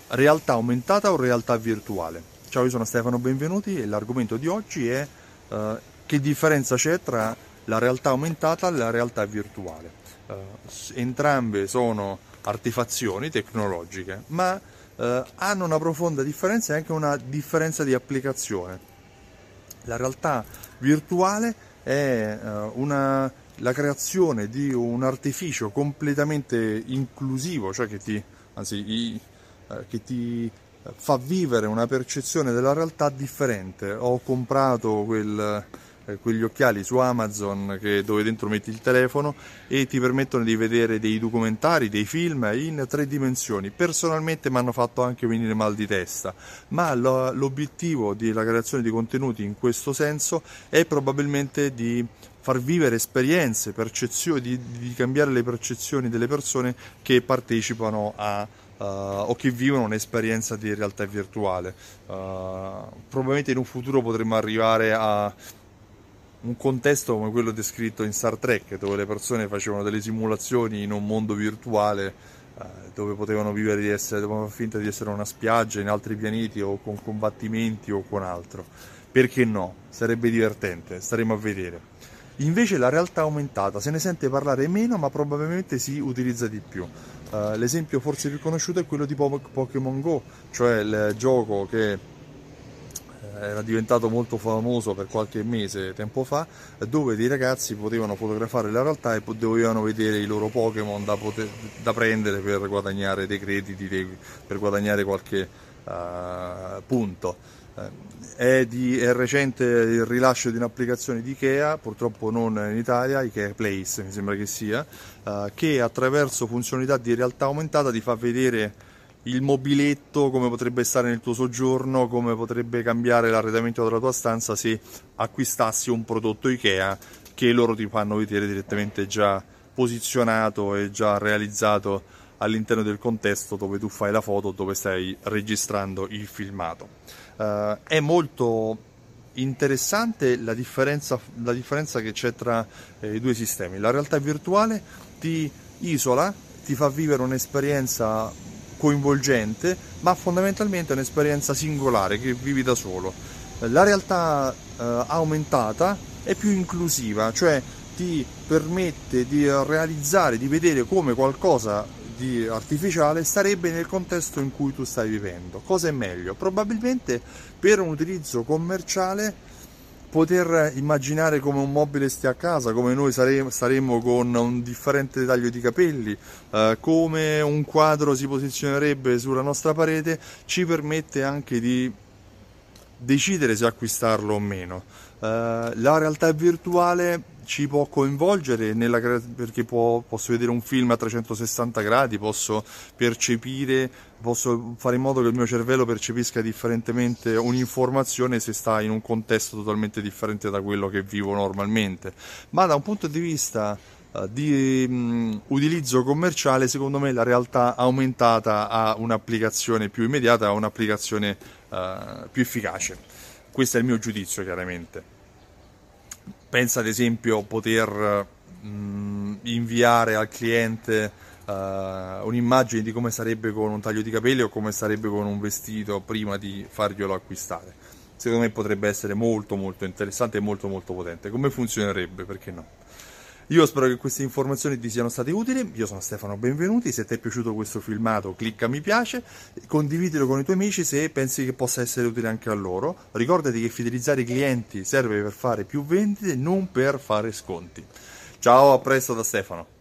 realtà aumentata o realtà virtuale? Ciao, io sono Stefano, benvenuti e l'argomento di oggi è che differenza c'è tra la realtà aumentata e la realtà virtuale. Entrambe sono artefazioni tecnologiche, ma hanno una profonda differenza e anche una differenza di applicazione. La realtà virtuale è la creazione di un artificio completamente inclusivo, cioè che ti fa vivere una percezione della realtà differente. Ho comprato quegli occhiali su Amazon dove dentro metti il telefono e ti permettono di vedere dei documentari, dei film in 3 dimensioni. Personalmente mi hanno fatto anche venire mal di testa, ma l'obiettivo della creazione di contenuti in questo senso è probabilmente di far vivere esperienze, percezioni, di cambiare le percezioni delle persone che partecipano o che vivono un'esperienza di realtà virtuale. Probabilmente in un futuro potremmo arrivare a un contesto come quello descritto in Star Trek, dove le persone facevano delle simulazioni in un mondo virtuale, dove potevano dovevano far finta di essere una spiaggia in altri pianeti o con combattimenti o con altro. Perché no? Sarebbe divertente, staremo a vedere. Invece la realtà aumentata se ne sente parlare meno, ma probabilmente si utilizza di più. L'esempio forse più conosciuto è quello di Pokémon Go, cioè il gioco che era diventato molto famoso per qualche mese tempo fa, dove dei ragazzi potevano fotografare la realtà e dovevano vedere i loro Pokémon da prendere per guadagnare dei crediti, per guadagnare qualche punto. È recente il rilascio di un'applicazione di Ikea, purtroppo non in Italia, Ikea Place mi sembra che sia, che attraverso funzionalità di realtà aumentata ti fa vedere il mobiletto, come potrebbe stare nel tuo soggiorno, come potrebbe cambiare l'arredamento della tua stanza se acquistassi un prodotto Ikea che loro ti fanno vedere direttamente già posizionato e già realizzato all'interno del contesto dove tu fai la foto, dove stai registrando il filmato. È molto interessante la differenza che c'è tra i due sistemi. La realtà virtuale ti isola, ti fa vivere un'esperienza coinvolgente, ma fondamentalmente è un'esperienza singolare che vivi da solo. La realtà aumentata è più inclusiva, cioè ti permette di realizzare, di vedere come qualcosa di artificiale starebbe nel contesto in cui tu stai vivendo. Cosa è meglio? Probabilmente per un utilizzo commerciale poter immaginare come un mobile stia a casa, come noi staremmo con un differente taglio di capelli, come un quadro si posizionerebbe sulla nostra parete, ci permette anche di decidere se acquistarlo o meno. La realtà virtuale ci può coinvolgere perché posso vedere un film a 360 gradi, posso fare in modo che il mio cervello percepisca differentemente un'informazione se sta in un contesto totalmente differente da quello che vivo normalmente. Ma da un punto di vista di utilizzo commerciale, secondo me la realtà aumentata ha un'applicazione più immediata, ha un'applicazione più efficace. Questo è il mio giudizio, chiaramente. Pensa ad esempio poter inviare al cliente un'immagine di come sarebbe con un taglio di capelli o come sarebbe con un vestito prima di farglielo acquistare. Secondo me potrebbe essere molto molto interessante e molto molto potente. Come funzionerebbe? Perché no? Io spero che queste informazioni ti siano state utili. Io sono Stefano, benvenuti. Se ti è piaciuto questo filmato, clicca mi piace, condividilo con i tuoi amici se pensi che possa essere utile anche a loro. Ricordati che fidelizzare i clienti serve per fare più vendite, non per fare sconti. Ciao, a presto da Stefano.